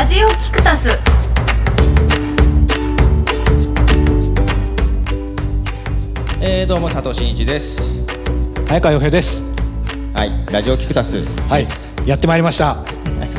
ラジオキクタス。 どうも佐藤真一です。 早川洋平です。 はい、ラジオキクタスです。 はい、やってまいりましたはい、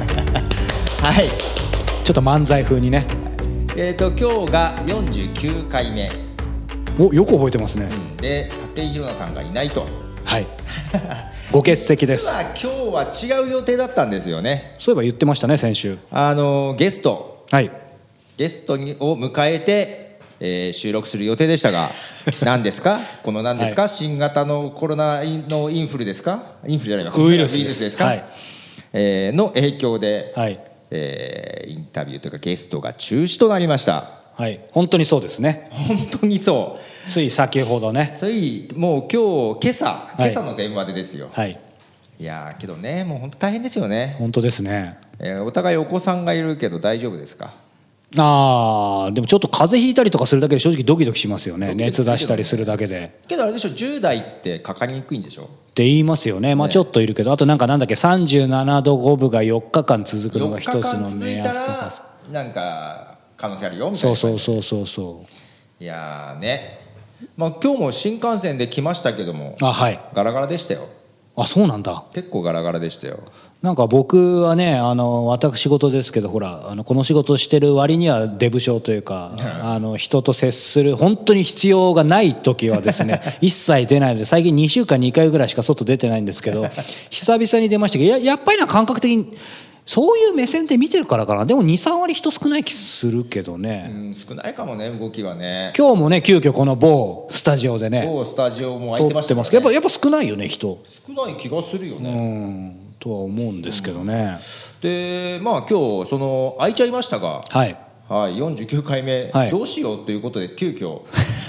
ちょっと漫才風にね。 今日が49回目。 お、よく覚えてますね。 で、武井宏奈さんがいないと。 はいご欠席です。 実は今日は違う予定だったんですよね。 そういえば言ってましたね、先週。 ゲストを迎えて、収録する予定でしたが何ですか何ですか、はい、新型のコロナのインフルですか、インフルじゃないか、 ウイルスですか、 はい、 の影響で、 はい、 インタビューというかゲストが中止となりました。 はい、本当にそうですね。 本当にそう。 つい先ほどね。 もう今朝の電話でですよ。 はい。 いやけどね、もう本当大変ですよね。 本当ですね。 お互いお子さんがいるけど大丈夫ですか？ でもちょっと風邪ひいたりとかするだけで正直ドキドキしますよね。熱出したりするだけで。 けどあれでしょ、10代ってかかりにくいんでしょって言いますよね。まあちょっといるけど、あとなんだっけ、37度5分が4日間続くのが一つの目安とか。 なんか可能性あるよみたいな。そういやね、まあ今日も新幹線で来ましたけども、 はい、 ガラガラでしたよ。 あ、そうなんだ。 結構ガラガラでしたよ。 なんか僕はね、私事ですけど、ほらこの仕事してる割にはデブ症というか人と接する本当に必要がない時はですね一切出ないので、最近2週間に2回ぐらいしか外出てないんですけど久々に出ましたけど、やっぱり感覚的にそういう目線で見てるからかな。でも 2,3 割人少ない気するけどね。 少ないかもね、動きはね。 今日もね、急遽この某スタジオでね、 某スタジオも空いてましたからね。 撮ってますけど、やっぱ少ないよね、人。 少ない気がするよね。 とは思うんですけどね。 で、まあ今日空いちゃいましたが、 はい、 はい、49回目、 はい、 どうしようということで急遽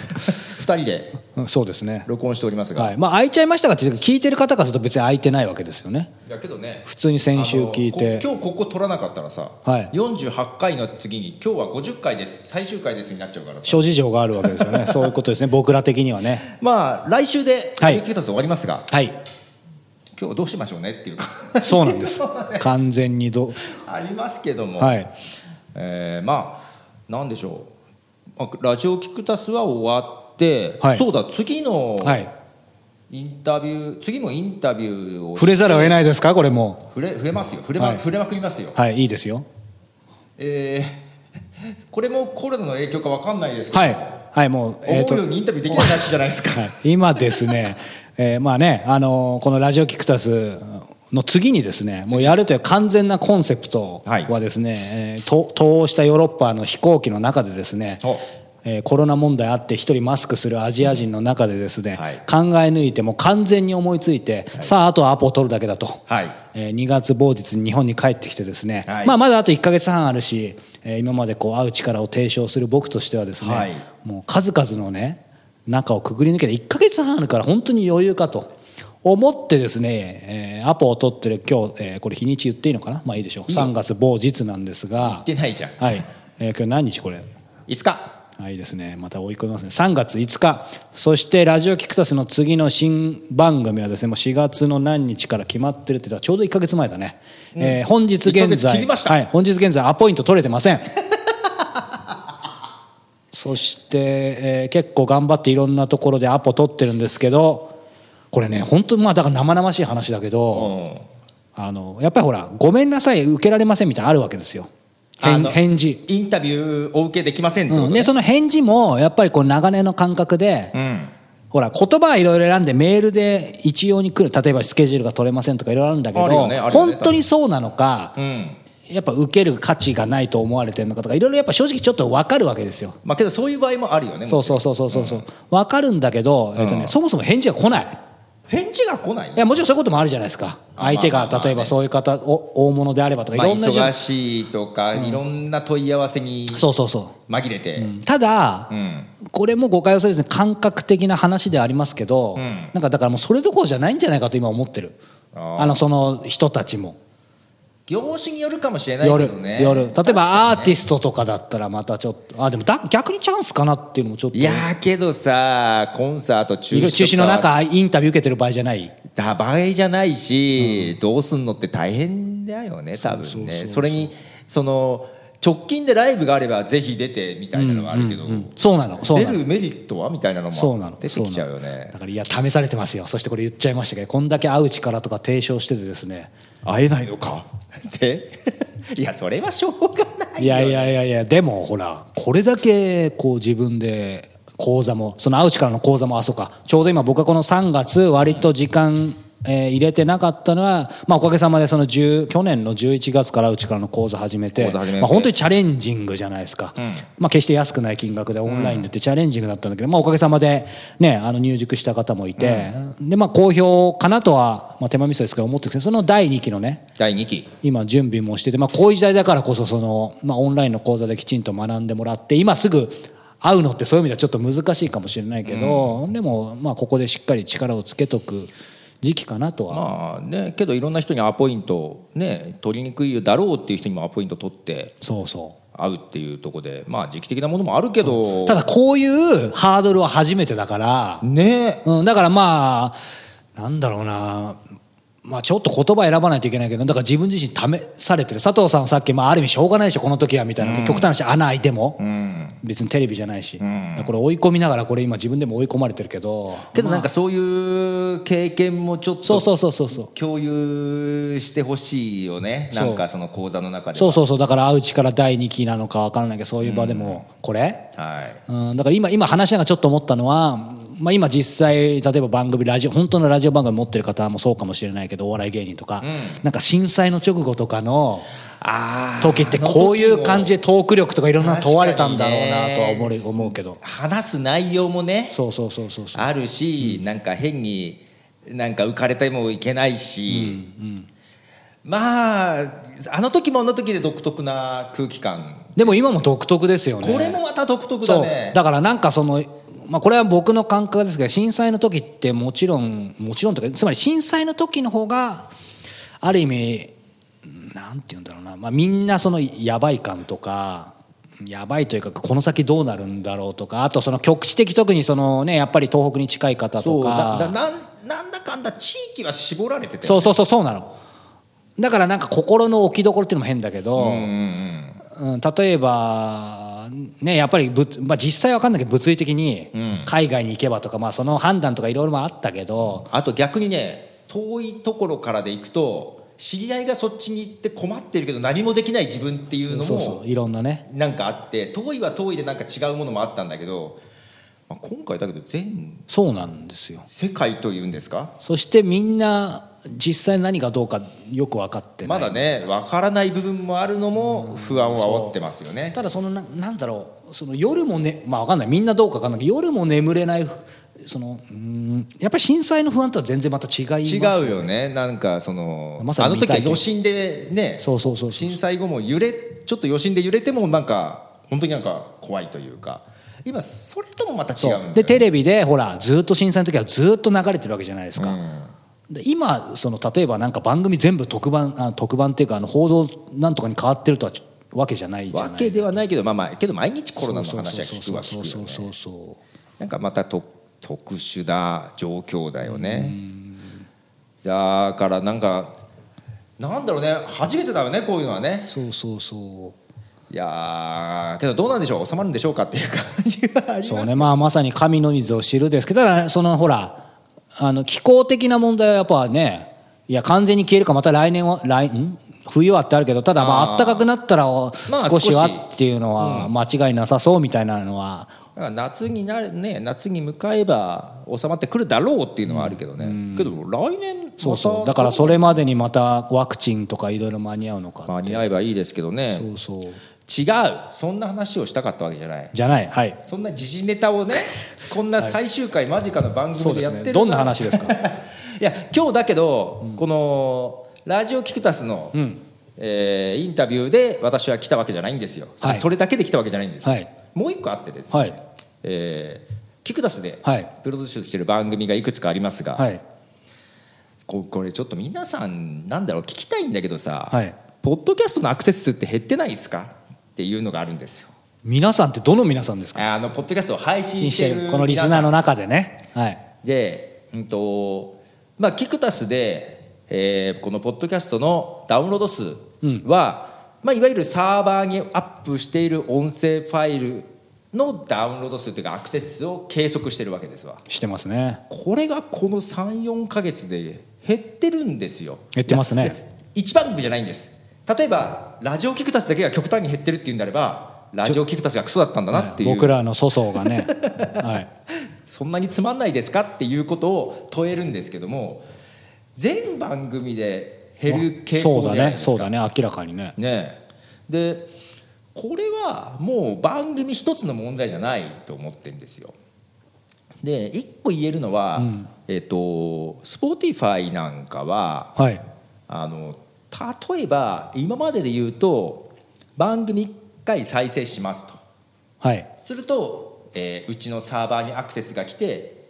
2人でそうですね、 録音しておりますが、 はい、まあ空いちゃいましたがって聞いてる方からすると別に空いてないわけですよね。 だけどね、 普通に先週聞いて、 今日ここ取らなかったらさ、はい、48回の次に今日は50回です最終回ですになっちゃうからさ、 諸事情があるわけですよねそういうことですね、僕ら的にはね。 まあ来週で19月終わりますが、 はい、 今日はどうしましょうねっていうかそうなんです完全にありますけども、 はい、 まあなんでしょう、ラジオキクタスは終わって、はい、そうだ、次のインタビュー、次もインタビューを触れざるを得ないですか。これも触れますよ、触れまくりますよ。 はい、いいですよ。 これもコロナの影響か分かんないですけど、 はい、はい、もう、 思うようにインタビューできない話じゃないですか、 はい、今ですねまあね、このラジオキクタスの次にですね、もうやるという完全なコンセプトはですね、東欧したヨーロッパの飛行機の中でですね、コロナ問題あって一人マスクするアジア人の中でですね、はい、考え抜いてもう完全に思いついて、はい、さああとはアポを取るだけだと、はい、2月某日に日本に帰ってきてですね、はい、まだあと1ヶ月半あるし、今まで会う力を提唱する僕としてはですね、はい、もう数々のね中をくぐり抜けて1ヶ月半あるから本当に余裕かと思ってですね、アポを取ってる今日、これ日にち言っていいのかな、まあいいでしょう、3月某日なんですが、 言ってないじゃん、 はい、今日何日これ 5日、 はい、ですね、また追い込みますね。3月5日、そしてラジオキクタスの次の新番組はですね、もう4月の何日から決まってるって言ったらちょうど1ヶ月前だね、本日現在、はい、本日現在アポイント取れてませんそして、結構頑張っていろんなところでアポ取ってるんですけど、これね本当にまあだから生々しい話だけど、やっぱりほらごめんなさい受けられませんみたいなのあるわけですよ。返事、 インタビューお受けできませんってことね、 でその返事もやっぱりこう長年の感覚で、ほら言葉はいろいろ選んでメールで一様に来る、例えばスケジュールが取れませんとかいろいろあるんだけど、本当にそうなのか、やっぱ受ける価値がないと思われてるのかとかいろいろやっぱ正直ちょっと分かるわけですよ。 まあけどそういう場合もあるよね。 そう分かるんだけど、そもそも返事が来ない。 返事が来ない。 いやもちろんそういうこともあるじゃないですか。相手が例えばそういう方大物であればとかいろんな忙しいとかいろんな問い合わせに紛れて、 ただこれも誤解をするですね、感覚的な話でありますけど、なんかだからもうそれどころじゃないんじゃないかと今思ってる。その人たちも業種によるかもしれないけどね。 例えばアーティストとかだったらまたちょっとでも逆にチャンスかなっていうのもちょっと。 いやけどさ、コンサート中止の中インタビュー受けてる場合じゃない。 場合じゃないし、どうすんのって大変だよね多分ね。それにその直近でライブがあればぜひ出てみたいなのはあるけど、 そうなの出るメリットはみたいなのも出てきちゃうよね。 だからいや試されてますよ。そしてこれ言っちゃいましたけど、こんだけ会う力とか提唱しててですね、 会えないのかっていやそれはしょうがないよ、ね、 いやでもほらこれだけこう自分で講座もその会う力の講座もそうか、ちょうど今僕はこの3月割と時間入れてなかったのは、おかげさまでその去年の11月からうちからの講座始めて、本当にチャレンジングじゃないですか、決して安くない金額でオンラインでってチャレンジングだったんだけど、おかげさまで、ね、入塾した方もいて、で好評かなとは、手間味噌ですけど思ってるんですけど、その第2期のね第2期今準備もしてて、こういう時代だからこそその、オンラインの講座できちんと学んでもらって、今すぐ会うのってそういう意味ではちょっと難しいかもしれないけど、でもここでしっかり力をつけとく時期かなとは。 けどいろんな人にアポイントね取りにくいだろうっていう人にもアポイント取って会うっていうところで時期的なものもあるけど、 ただこういうハードルは初めてだからね、 だからなんだろうな、ちょっと言葉選ばないといけないけど、だから自分自身試されてる。佐藤さんさっき、ある意味しょうがないでしょこの時はみたいな、極端な話穴開いても、別にテレビじゃないし、これ追い込みながらこれ今自分でも追い込まれてるけど、 なんかそういう経験もちょっと共有してほしいよね。なんかその講座の中ではだから会う力第2期なのか分かんないけど、そういう場でもこれ、だから今話しながらちょっと思ったのは、今実際例えば番組本当のラジオ番組持ってる方もそうかもしれないけど、お笑い芸人とか、なんか震災の直後とかの時ってこういう感じでトーク力とかいろんなの問われたんだろうなとは思うけど、 話す内容もねあるし、なんか変になんか浮かれてもいけないし、あの時もあの時で独特な空気感。 でも今も独特ですよね。 これもまた独特だね。 だからなんかそのこれは僕の感覚ですけど、震災の時ってもちろんとか、つまり震災の時の方がある意味なんて言うんだろうな、みんなそのやばい感とか、やばいというかこの先どうなるんだろうとか、あとその局地的、特にそのねやっぱり東北に近い方とか、 なんだかんだ地域は絞られてて、 そうなの。だからなんか心の置きどころっていうのも変だけど、例えばね、やっぱり実際は分かんないけど物理的に海外に行けばとか、その判断とかいろいろもあったけど、 あと逆にね遠いところからで行くと知り合いがそっちに行って困ってるけど何もできない自分っていうのもいろんなねなんかあって、遠いは遠いでなんか違うものもあったんだけど、今回だけどそうなんですよ。 世界というんですか。 そしてみんな実際何がどうかよく分かってない、 まだね分からない部分もあるのも不安を煽ってますよね。 ただそのなんだろう、その夜もね、分かんない、みんなどうか分かんないけど夜も眠れない、そのやっぱり震災の不安とは全然また違いますよね。 違うよね。なんかその、あの時は余震でね、震災後もちょっと余震で揺れてもなんか本当になんか怖いというか、今それともまた違うんだよね。 でテレビでほらずっと震災の時はずっと流れてるわけじゃないですか、で今その例えばなんか番組全部特番っていうか報道なんとかに変わってるとはわけじゃないじゃない。 わけではないけど、けど毎日コロナの話は聞くわけですよね。なんかまた特殊な状況だよね。だからなんかなんだろうね、初めてだよねこういうのはね。いやけどどうなんでしょう、収まるんでしょうかっていう感じはありますね。 そうね、まさに神の水を知るですけど、ただそのほら気候的な問題はやっぱね、いや完全に消えるか、また来年は冬はってあるけど、ただ暖かくなったら少しはっていうのは間違いなさそうみたいなのは、 夏に向かえば収まってくるだろうっていうのはあるけどね、けど来年だからそれまでにまたワクチンとかいろいろ間に合うのかって、 間に合えばいいですけどね。違う、そんな話をしたかったわけじゃない、はい、そんな時事ネタをねこんな最終回間近の番組でやってる、 どんな話ですか。 いや今日だけど、このラジオキクタスの、インタビューで私は来たわけじゃないんですよ、それだけで来たわけじゃないんですよ、もう一個あってですね、キクタスでプロデュースしている番組がいくつかありますが、これちょっと皆さんなんだろう聞きたいんだけどさ、ポッドキャストのアクセス数って減ってないですかっていうのがあるんですよ。 皆さんってどの皆さんですか。 ポッドキャストを配信しているこのリスナーの中でね、 でキクタスで、このポッドキャストのダウンロード数は、 まあ、いわゆるサーバーにアップしている音声ファイルのダウンロード数というかアクセス数を計測してるわけですわ。 してますね。 これがこの 3,4 ヶ月で減ってるんですよ。 減ってますね。 一番組じゃないんです。例えばラジオキクタスだけが極端に減ってるっていうんであればラジオキクタスがクソだったんだなっていう、 僕らの粗相がね、はい、 そんなにつまんないですかっていうことを問えるんですけども、全番組で減る傾向じゃないですか。 そうだね明らかにね。 でこれはもう番組一つの問題じゃないと思ってるんですよ。で一個言えるのは、Spotify なんかは、はい、例えば今までで言うと番組1回再生しますと、はい、すると、うちのサーバーにアクセスが来て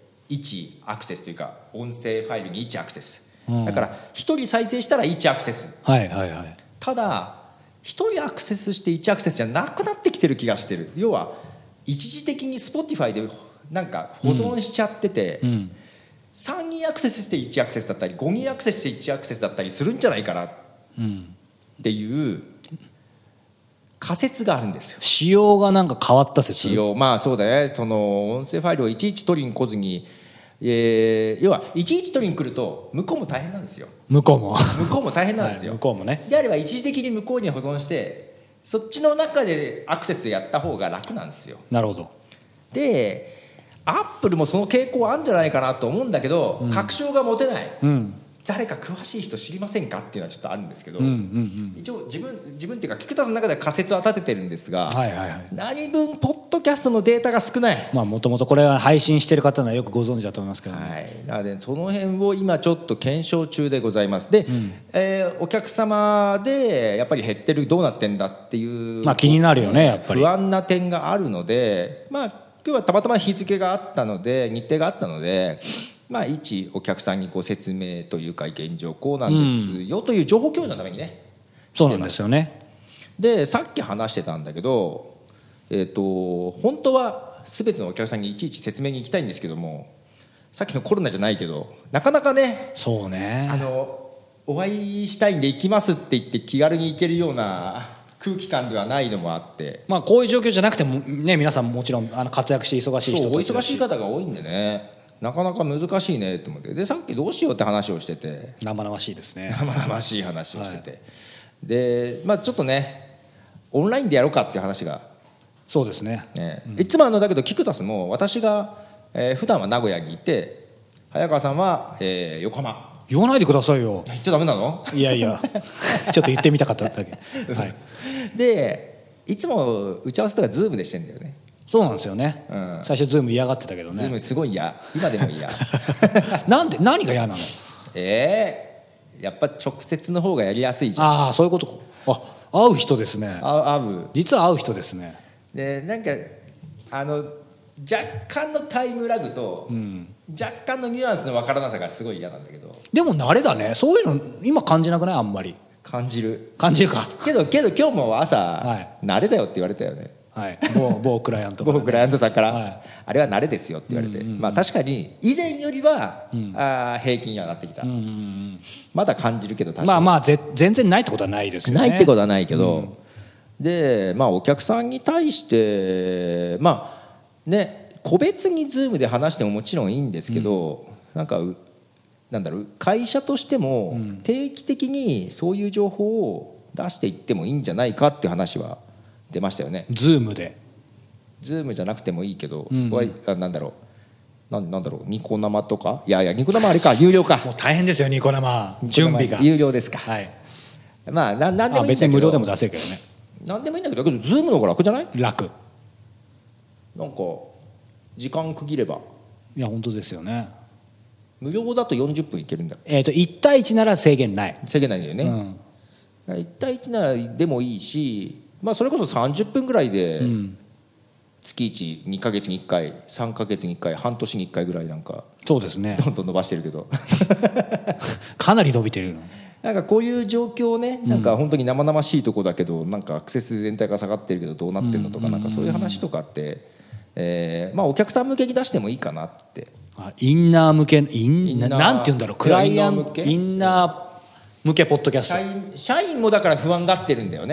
1アクセスというか音声ファイルに1アクセス、だから1人再生したら1アクセス、はいはいはい、ただ1人アクセスして1アクセスじゃなくなってきてる気がしてる。要は一時的に Spotify でなんか保存しちゃってて、3人アクセスして1アクセスだったり5人アクセスして1アクセスだったりするんじゃないかなっていう仮説があるんですよ。 仕様がなんか変わった説。 仕様、まあそうだね。その音声ファイルをいちいち取りに来ずに、要はいちいち取りに来ると向こうも大変なんですよ。 向こうも大変なんですよ、 はい、向こうもね。 であれば一時的に向こうに保存してそっちの中でアクセスやった方が楽なんですよ。 なるほど。 でアップルもその傾向あるんじゃないかなと思うんだけど、確証が持てない、誰か詳しい人知りませんかっていうのはちょっとあるんですけど、一応自分っていうかキクタスの中では仮説は立ててるんですが、何分ポッドキャストのデータが少ない。 もともとこれは配信してる方ならよくご存知だと思いますけどね、なのでその辺を今ちょっと検証中でございます。で、お客様でやっぱり減ってるどうなってんだっていう、 気になるよねやっぱり。 不安な点があるので、今日はたまたま日付があったので日程があったので、一お客さんにご説明というか現状こうなんですよという情報共有のためにね。 そうなんですよね。 でさっき話してたんだけど、本当は全てのお客さんにいちいち説明に行きたいんですけども、さっきのコロナじゃないけどなかなかね、 そうね、 お会いしたいんで行きますって言って気軽に行けるような空気感ではないのもあって、 こういう状況じゃなくてもね、皆さんもちろん活躍して忙しい人たちだし、 お忙しい方が多いんでね、なかなか難しいねと思って、でさっきどうしようって話をしてて、 生々しいですね。 生々しい話をしてて、でちょっとねオンラインでやろうかっていう話が。 そうですね、 いつもだけどキクタスも私が、普段は名古屋にいて早川さんは、横浜。 言わないでくださいよ。 言っちゃダメなの？ いやちょっと言ってみたかっただけ、はい、 でいつも打ち合わせとかズームでしてんだよね。 そうなんですよね、最初ズーム嫌がってたけどね。 ズームすごい嫌、今でも嫌何が嫌なの？ やっぱ直接の方がやりやすいじゃん。 そういうことか。会う人ですね。実は会う人ですね。 でなんか若干のタイムラグと、若干のニュアンスの分からなさがすごい嫌なんだけど、 でも慣れだね。そういうの今感じなくない？あんまり感じるかけど今日も朝、慣れだよって言われたよね。 某クライアントから、 某クライアントさんから、あれは慣れですよって言われて、確かに以前よりは、平均にはなってきた、まだ感じるけど、確かに全然ないってことはないですよね。 ないってことはないけど、でお客さんに対して個別にズームで話してももちろんいいんですけど、なんだろう、会社としても定期的にそういう情報を出していってもいいんじゃないかっていう話は出ましたよね。 ズームじゃなくてもいいけど、そこはなんだろうニコ生とか、いやニコ生あれか有料か。 もう大変ですよニコ生準備が。 有料ですか。なんでもいいんだけど、 別に無料でも出せるけどね。 なんでもいいんだけど、ズームの方が楽じゃない？ 楽。 なんか時間区切れば。 いや本当ですよね。 無料だと40分いけるんだ。 1対1なら制限ない。 制限ないんだよね。1対1ならでもいいし、それこそ30分ぐらいで、月1、2ヶ月に1回、3ヶ月に1回、半年に1回ぐらいそうですね。 どんどん伸ばしてるけどかなり伸びてるの。 こういう状況をね、本当に生々しいとこだけど、アクセス全体が下がってるけどどうなってるのとか、そういう話とかって、お客さん向けに出してもいいかなって。 インナー向け、なんて言うんだろう、クライアントインナー向けポッドキャスト。 社員もだから不安がってるんだよね。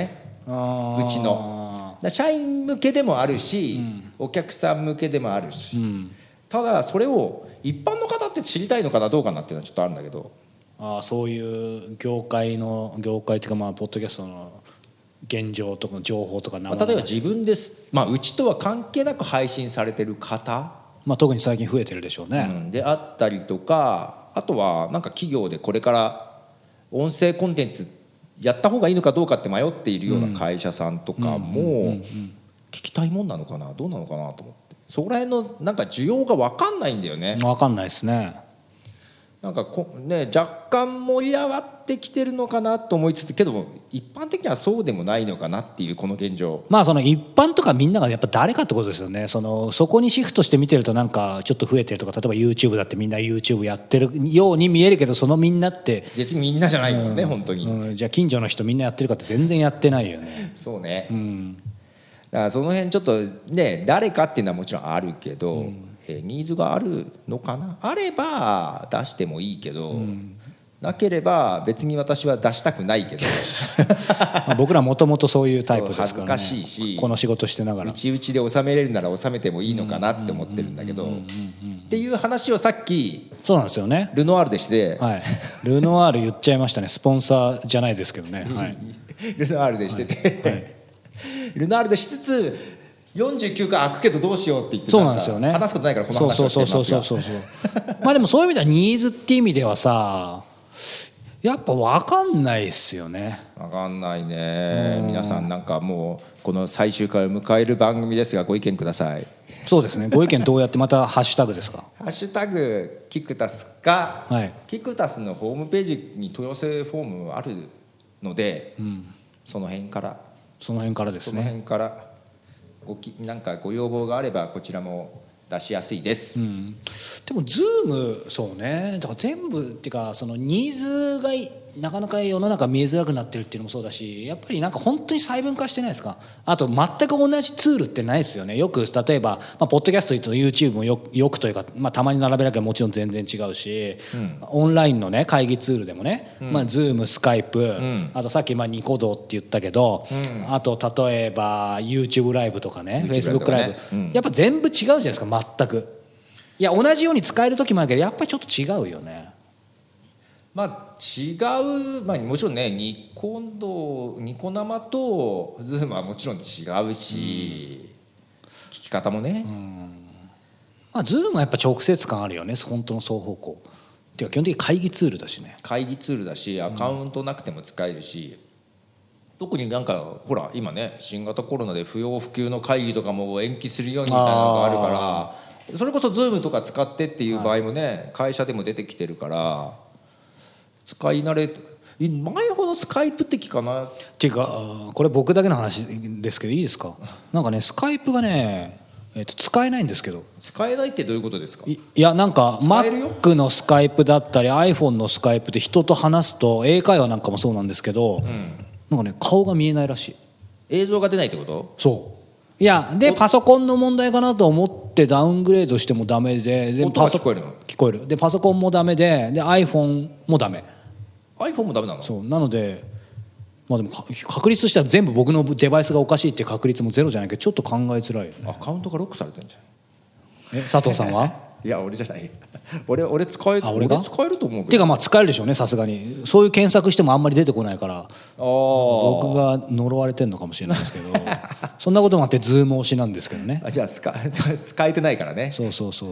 うちの社員向けでもあるし、お客さん向けでもあるし、ただそれを一般の方って知りたいのかなどうかなっていうのはちょっとあるんだけど。 そういう業界っていうか、まあポッドキャストの現状とか情報とか、 例えば自分です、うちとは関係なく配信されてる方、 特に最近増えてるでしょうね、 であったりとか、あとはなんか企業でこれから音声コンテンツやった方がいいのかどうかって迷っているような会社さんとかも聞きたいもんなのかな、どうなのかなと思って、そこら辺のなんか需要が分かんないんだよね。 分かんないですね。 なんか若干盛り上がってきてるのかなと思いつつ、けど一般的にはそうでもないのかなっていうこの現状。 その一般とかみんながやっぱ誰かってことですよね。そこにシフトして見てるとなんかちょっと増えてるとか、例えば YouTube だってみんな YouTube やってるように見えるけど、そのみんなって別にみんなじゃないもんね、本当に、 じゃあ近所の人みんなやってるかって全然やってないよね。 そうね、だからその辺ちょっとね、誰かっていうのはもちろんあるけど、ニーズがあるのかな、あれば出してもいいけど、なければ別に私は出したくないけど僕らもともとそういうタイプですからね。 恥ずかしいし、 この仕事してながら内々で収めれるなら収めてもいいのかなって思ってるんだけど、っていう話をさっきそうなんですよね、 ルノワールでして、 ルノワール言っちゃいましたね。スポンサーじゃないですけどね、 ルノワールでしてて、ルノワールでしつつ49回開くけどどうしようって言ってたから、そうなんですよね、話すことないからこの話をしてますが、でもそういう意味ではニーズっていう意味ではさ、やっぱ分かんないっすよね。 分かんないね。皆さんなんかもうこの最終回を迎える番組ですが、ご意見ください。 そうですね、ご意見どうやって、またハッシュタグですか？ ハッシュタグキクタスか、キクタスのホームページに問い合わせフォームあるので、その辺からですね。その辺からなんかご要望があればこちらも出しやすいです、 でもズーム、そうね、だから全部っていうか、そのニーズがなかなか世の中見えづらくなってるっていうのもそうだし、やっぱりなんか本当に細分化してないですか。あと全く同じツールってないですよね。よく例えば、ポッドキャストというと YouTube もよくというか、たまに並べなきゃもちろん全然違うし、オンラインのね会議ツールでもね、Zoom、スカイプ、あとさっきニコ動って言ったけど、あと例えば YouTube ライブとかね、Facebook ライブ、やっぱ全部違うじゃないですか、全く。いや同じように使える時もあるけど、やっぱりちょっと違うよね。 違う、もちろんね、ニコ生とズームはもちろん違うし、聞き方もね、 ズームはやっぱ直接感あるよね、本当の双方向っていうか、基本的に会議ツールだしね。 会議ツールだし、アカウントなくても使えるし、特になんかほら今ね、新型コロナで不要不急の会議とかも延期するようにみたいなのがあるから、それこそズームとか使ってっていう場合もね、会社でも出てきてるから、使い慣れ前ほどスカイプ的かなっていうか、これ僕だけの話ですけどいいですか？なんかね、スカイプがね、使えないんですけど。 使えないってどういうことですか？ いやなんか Mac のスカイプだったり iPhone のスカイプで人と話すと、英会話なんかもそうなんですけど、なんかね顔が見えないらしい。 映像が出ないってこと？ そう。いやでパソコンの問題かなと思ってダウングレードしてもダメで、 音が聞こえるの？ 聞こえる。でパソコンもダメで iPhone もダメ。 iPhone もダメなの？ そうなので、でも確率としては全部僕のデバイスがおかしいっていう確率もゼロじゃないけど、ちょっと考えづらいよね。 アカウントがロックされてるんじゃん。佐藤さんは？ いや俺じゃない。俺使えると思うけど。 っていうか使えるでしょうね、さすがに。そういう検索してもあんまり出てこないから、僕が呪われてるのかもしれないですけどそんなこともあってズーム推しなんですけどね。 じゃあ使えてないからね。 そう。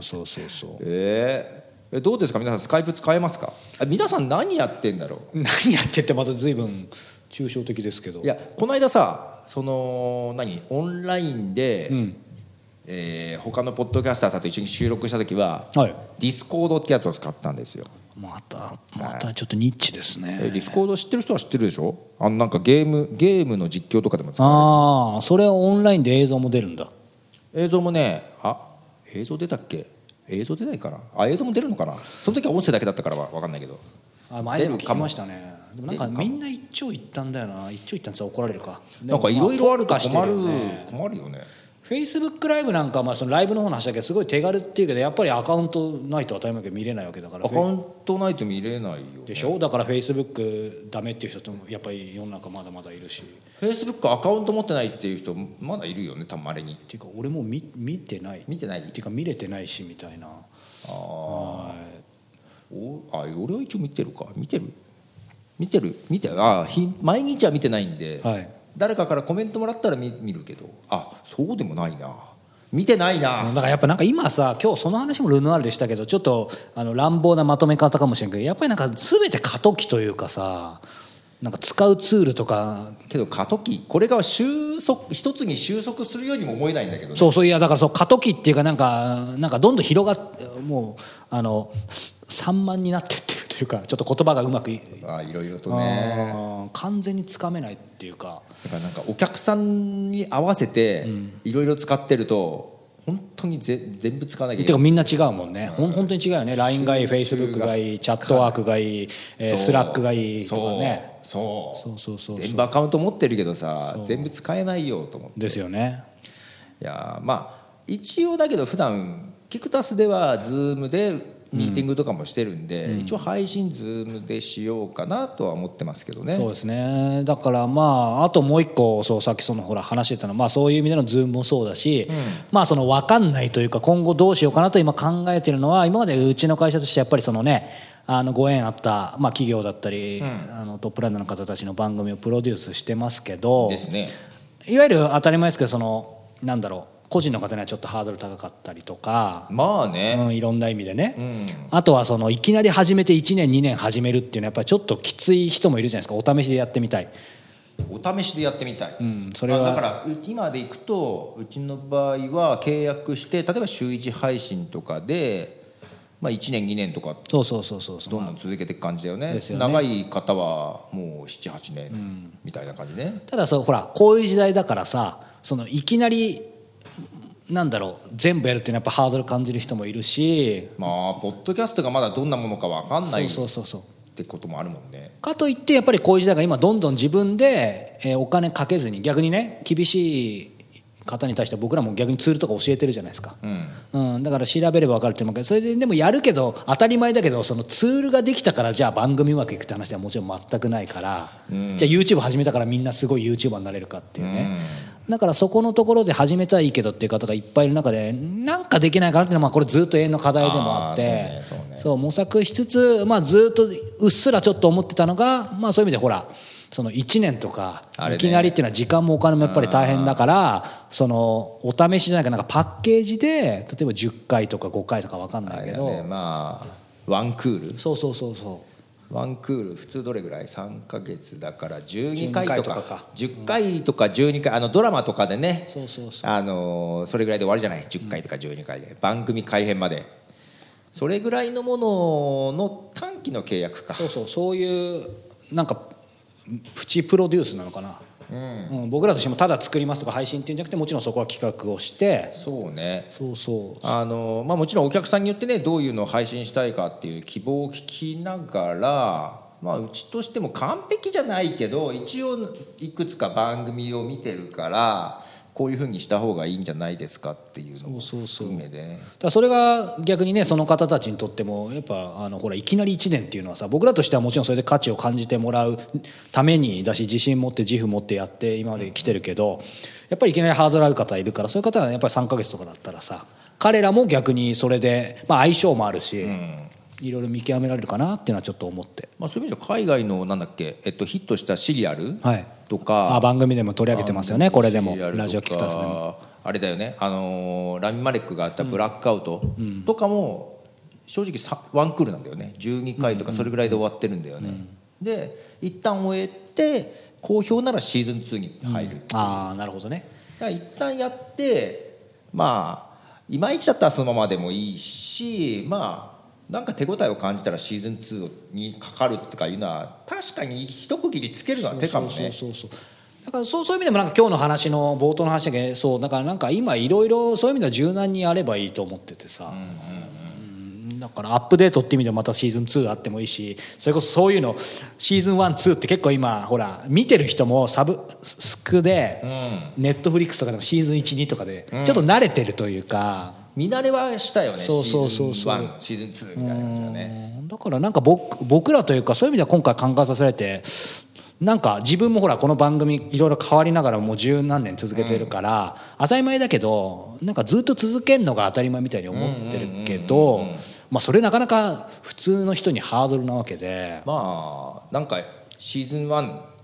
どうですか皆さん、スカイプ使えますか？皆さん何やってんだろう？ 何やってってまた随分抽象的ですけど。 いやこの間さ、オンラインで、他のポッドキャスターさんと一緒に収録した時は、ディスコードってやつを使ったんですよ。 またちょっとニッチですね。 ディスコード知ってる人は知ってるでしょ？なんかゲームの実況とかでも使われる。 それはオンラインで映像も出るんだ。 映像もね、映像出たっけ？映像出ないかな。映像も出るのかな。その時は音声だけだったから分かんないけど。 前でも聞きましたね。でもなんかみんな一長一短だよな。一長一短って怒られるか。 なんかいろいろあると困るよね。 フェイスブックライブなんかそのライブの方の話だけどすごい手軽っていうけどやっぱりアカウントないと当たり前だけど見れないわけだから。 アカウントないと見れないよ、ね、 でしょ。だからフェイスブックダメっていう人もやっぱり世の中まだまだいるし、 フェイスブックアカウント持ってないっていう人まだいるよね、たまに。 っていうか俺も見てないっていうか見れてないしみたいな。 俺は一応見てるか。見てる毎日は見てないんで、はい、誰かからコメントもらったら見るけど、そうでもないな、見てないな。 だからやっぱなんか今さ、今日その話もルノワールでしたけど、ちょっと乱暴なまとめ方かもしれんけど、やっぱりなんか全て過渡期というかさ、なんか使うツールとかけど過渡期、これが一つに収束するようにも思えないんだけどね。 そういやだから過渡期っていうかなんかどんどん広がってもう散漫になってってるというか、ちょっと言葉がうまくいろいろとね完全につかめないっていうか、 だからなんかお客さんに合わせていろいろ使ってると本当に全部使わなきゃいけない。 てかみんな違うもんね、本当に違うよね。 LINE がいい、Facebook がいい、チャットワークがいい、スラックがいいとかね。 そう全部アカウント持ってるけどさ、全部使えないよと思ってですよね。 いや一応だけど普段キクタスでは Zoom でミーティングとかもしてるんで、一応配信 Zoom でしようかなとは思ってますけどね。 そうですね。だからあともう一個、さっきほら話してたのは、そういう意味での Zoom もそうだし、その分かんないというか今後どうしようかなと今考えてるのは、今までうちの会社としてやっぱりご縁あった、企業だったり、トップランナーの方たちの番組をプロデュースしてますけどですね。 いわゆる当たり前ですけど、なんだろう、個人の方にはちょっとハードル高かったりとか、いろんな意味でね、あとはいきなり始めて1年2年始めるっていうのはやっぱりちょっときつい人もいるじゃないですか。お試しでやってみたい、それはだから今でいくと、うちの場合は契約して例えば週1配信とかで、1年2年とかどんどん続けていく感じだよね。長い方はもう 7,8 年みたいな感じね。 ただほらこういう時代だからさ、いきなり全部やるっていうのはやっぱハードル感じる人もいるし、 ポッドキャストがまだどんなものか分かんないってこともあるもんね。 かといってやっぱりこういう時代が今どんどん自分でお金かけずに、逆にね厳しい方に対して僕らも逆にツールとか教えてるじゃないですか、だから調べれば分かるっていうのも、それでもやるけど当たり前だけど、そのツールができたからじゃあ番組うまくいくって話ではもちろん全くないから、じゃあ YouTube 始めたからみんなすごい YouTuber になれるかっていうね、だからそこのところで始めたらいいけどっていう方がいっぱいいる中で、なんかできないかなっていうのはこれずっと永遠の課題でもあって、模索しつつ、ずっとうっすらちょっと思ってたのが、そういう意味でほら1年とかいきなりっていうのは時間もお金もやっぱり大変だから、お試しじゃないか、なんかパッケージで例えば10回とか5回とか分かんないけど、 ワンクール、 ワンクール普通どれぐらい3ヶ月だから12回とか10回とか12回、ドラマとかでね、それぐらいで終わりじゃない、10回とか12回で番組改編まで、それぐらいのものの短期の契約か。 そういうなんかプチプロデュースなのかな、僕らとしてもただ作りますとか配信っていうんじゃなくて、もちろんそこは企画をして、 もちろんお客さんによってね、どういうのを配信したいかっていう希望を聞きながら、うちとしても完璧じゃないけど一応いくつか番組を見てるから、こういうふうにした方がいいんじゃないですかっていうのも含めで、 だからそれが逆にね、その方たちにとってもやっぱほらいきなり1年っていうのはさ、僕らとしてはもちろんそれで価値を感じてもらうためにだし、自信持って自負持ってやって今まで来てるけど、やっぱりいきなりハードルある方いるから、そういう方はやっぱり3ヶ月とかだったらさ、彼らも逆にそれで相性もあるし、いろいろ見極められるかなっていうのはちょっと思って、 そういう意味じゃ海外のヒットしたシリアル、とか番組でも取り上げてますよね。これでもラジオキクタスでもあれだよね、ラミ・マレックがあったブラックアウトとかも正直ワンクールなんだよね。12回とかそれぐらいで終わってるんだよね、で一旦終えて好評ならシーズン2に入るっていう、 なるほどね。 だから一旦やっていまいちだったらそのままでもいいし、なんか手応えを感じたらシーズン2にかかるとかいうのは確かに一区切りつけるのは手かもね。 だからそういう意味でもなんか今日の話の冒頭の話だけど、だからなんか今いろいろそういう意味では柔軟にやればいいと思っててさ、 だからアップデートって意味でまたシーズン2あってもいいし、それこそそういうのシーズン1、2って結構今ほら見てる人もサブスクで、ネットフリックスとかでもシーズン1、2とかでちょっと慣れてるというか、 見慣れはしたよね。 そうそうそうそう、 シーズン1、シーズン2みたいな感じだね。 だからなんか僕らというかそういう意味では今回考えさせられて、なんか自分もほらこの番組いろいろ変わりながらもう十何年続けてるから、当たり前だけどなんかずっと続けるのが当たり前みたいに思ってるけど、まあそれなかなか普通の人にハードルなわけで、 まあなんかシーズン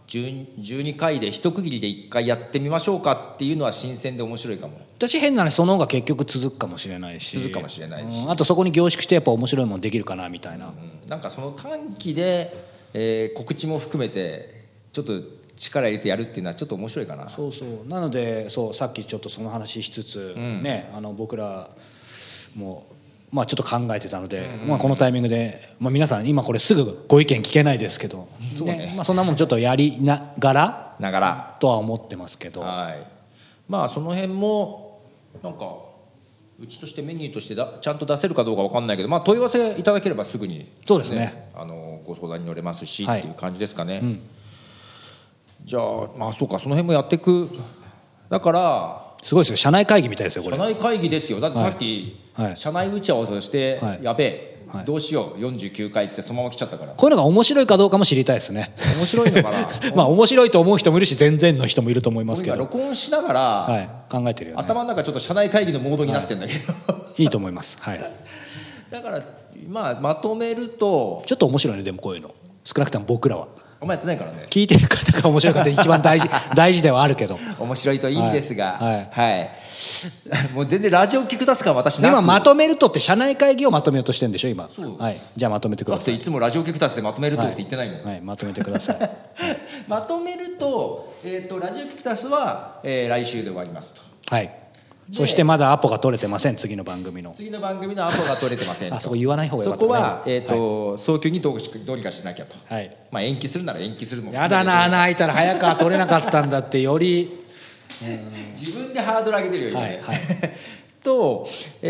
1、12回で一区切りで1回やってみましょうかっていうのは新鮮で面白いかも。 私変な話その方が結局続くかもしれないし、 続くかもしれないし、 あとそこに凝縮してやっぱ面白いものできるかなみたいな、 なんかその短期で、告知も含めてちょっと力入れてやるっていうのはちょっと面白いかな。 そうそうなのでそうさっきちょっとその話しつつ、ね僕らもまあちょっと考えてたので、まあこのタイミングで、まあ、皆さん今これすぐご意見聞けないですけど、 そうね、 まあ、そんなもんちょっとやりながらとは思ってますけど、 はい、まあその辺もなんかうちとしてメニューとしてちゃんと出せるかどうか分かんないけど、まあ、問い合わせいただければすぐに、 そうですね、 ご相談に乗れますし、っていう感じですかね。じゃあまあそうか、その辺もやっていく。だからすごいですよ、社内会議みたいですよこれ。 社内会議ですよ。だってさっき、社内打ち合わせをして、やべえ、どうしよう49回ってそのまま来ちゃったから、 こういうのが面白いかどうかも知りたいですね。 面白いのかなまあ面白いと思う人もいるし全然の人もいると思いますけど、 録音しながら、 考えてるよね。 頭の中ちょっと社内会議のモードになってるんだけど、 いいと思います。 だからまあまとめるとちょっと面白いね。でもこういうの少なくとも僕らはお前やってないからね。 聞いてる方が面白い方一番大事ではあるけど面白いといいんですが、もう全然ラジオ聞く出すから私なく、 今まとめるとって社内会議をまとめようとしてるんでしょ今。じゃあまとめてください。 だっていつもラジオ聞く出すでまとめるとって言ってないもん。 まとめてください。 まとめると、ラジオ聞く出すは、来週で終わりますと。そしてまだアポが取れてません。次の番組のアポが取れてませんと。 そこ言わない方がよかったね。 そこは、早急にどうにかしなきゃと、まあ、延期するなら延期するもやだな、穴開いたら早川取れなかったんだってより自分でハードル上げてるよ今ね。と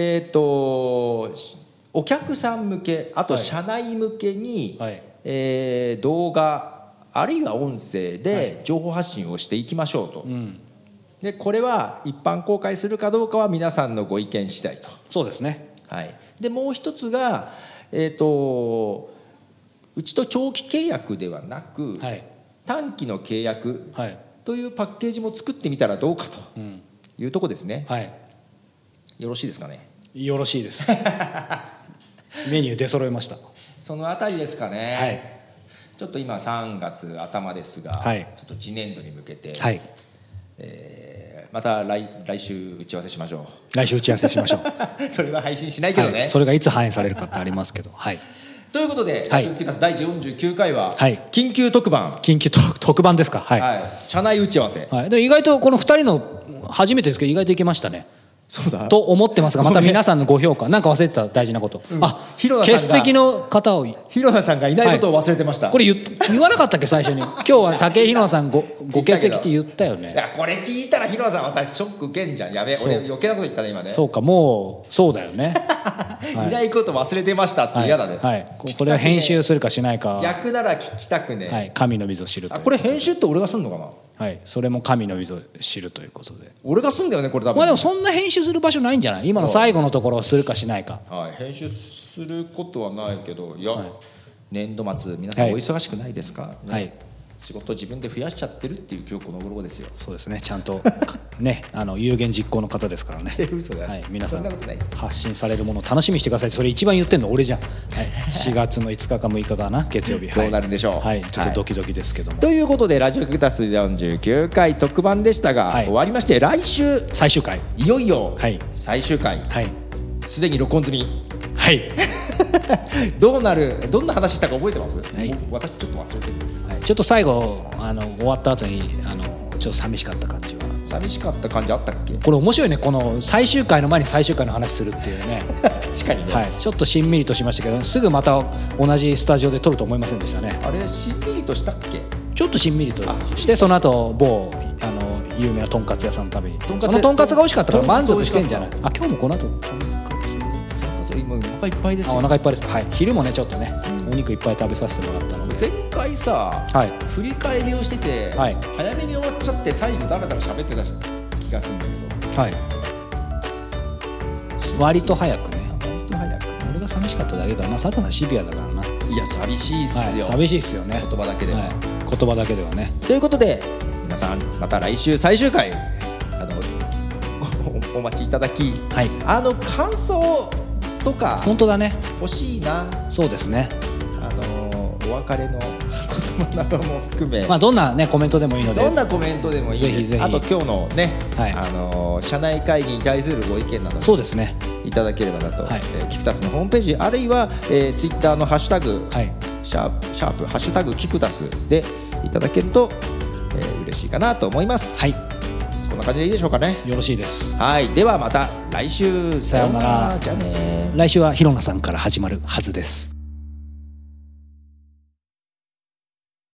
お客さん向け、あと社内向けに、動画あるいは音声で情報発信をしていきましょうと。でこれは一般公開するかどうかは皆さんのご意見次第と。 そうですね。 でもう一つが、うちと長期契約ではなく、短期の契約というパッケージも作ってみたらどうかというとこですね。よろしいですかね。 よろしいです。メニュー出揃えました。 そのあたりですかね。ちょっと今3月頭ですが、ちょっと次年度に向けて、また来週打ち合わせしましょう。来週打ち合わせしましょう。それは配信しないけどね、 それがいつ反映されるかってありますけど。 ということで、ラジオキュータス第49回は緊急特番。 緊急特番ですか。 社内打ち合わせ。 で意外とこの2人の初めてですけど意外といけましたね。 そうだと思ってますが、また皆さんのご評価なんか忘れてた大事なこと、欠席の方を広田さんがいないことを忘れてました。 これ言わなかったっけ最初に。今日は武井広田さんご欠席って言ったよね。 いやこれ聞いたら広田さん私ショック受けんじゃん。やべえ俺余計なこと言ったね今ね。 そうか、もうそうだよね。 いないこと忘れてましたって嫌だね。 これは編集するかしないか。 逆なら聞きたくね。 神の溝を知るという。 これ編集って俺がすんのかな。 それも神の溝を知るということで。 俺がすんだよねこれ多分。 まあでもそんな編集する場所ないんじゃない。今の最後のところをするかしないか。 編集することはないけど、いや、年度末皆さんお忙しくないですか。仕事自分で増やしちゃってるっていう今日この頃ですよ。 そうですね。ちゃんとね有言実行の方ですからね。 嘘だ。 皆さん発信されるものを楽しみにしてください。それ一番言ってんの俺じゃん。4月の5日か6日かな月曜日。 どうなるんでしょう。 ちょっとドキドキですけども。 ということでラジオキクタス49回特番でしたが、終わりまして来週最終回。 いよいよ最終回。すでに録音済み。どんな話したか覚えてます？私ちょっと忘れてるんですけど。 ちょっと最後終わった後にちょっと寂しかった感じは。 寂しかった感じあったっけ？ これ面白いね。この最終回の前に最終回の話するっていうね。 確かにね。 ちょっとしんみりとしましたけど、すぐまた同じスタジオで撮ると思いませんでしたね。 あれしんみりとしたっけ？ ちょっとしんみりとしてその後某有名なとんかつ屋さんのためにそのとんかつが美味しかったから満足してんじゃない？今日もこの後とんかつ今お腹いっぱいですよ。 お腹いっぱいですか。はい、昼もねちょっとね、お肉いっぱい食べさせてもらったので、 前回さ、 はい、 振り返りをしてて、 はい、 早めに終わっちゃって最後だらだら喋ってた気がするんだけど、 はい、割と早くね。 割と早く。 俺が寂しかっただけかな。佐藤さんシビアだからな。 いや寂しいっすよ、 はい、寂しいっすよね、 言葉だけでは、 はい、言葉だけではね。 ということで皆さんまた来週最終回お待ちいただき、 はい、 感想とか本当だね、 欲しいな。 そうですね、 お別れの言葉なども含め、 まあ、どんな、ね、コメントでもいいので、 どんなコメントでもいいです。 ぜひぜひ、 あと今日のね、 はい、 社内会議に対するご意見などそうですね、 いただければなと、 はい、 キクタスのホームページあるいは、ツイッターのハッシュタグ、 はい、 シャープハッシュタグキクタスでいただけると、嬉しいかなと思います。 はい、 こんな感じでいいでしょうかね。 よろしいです。 はい、ではまた来週、 さようなら。 じゃあね。 来週はひろなさんから始まるはずです。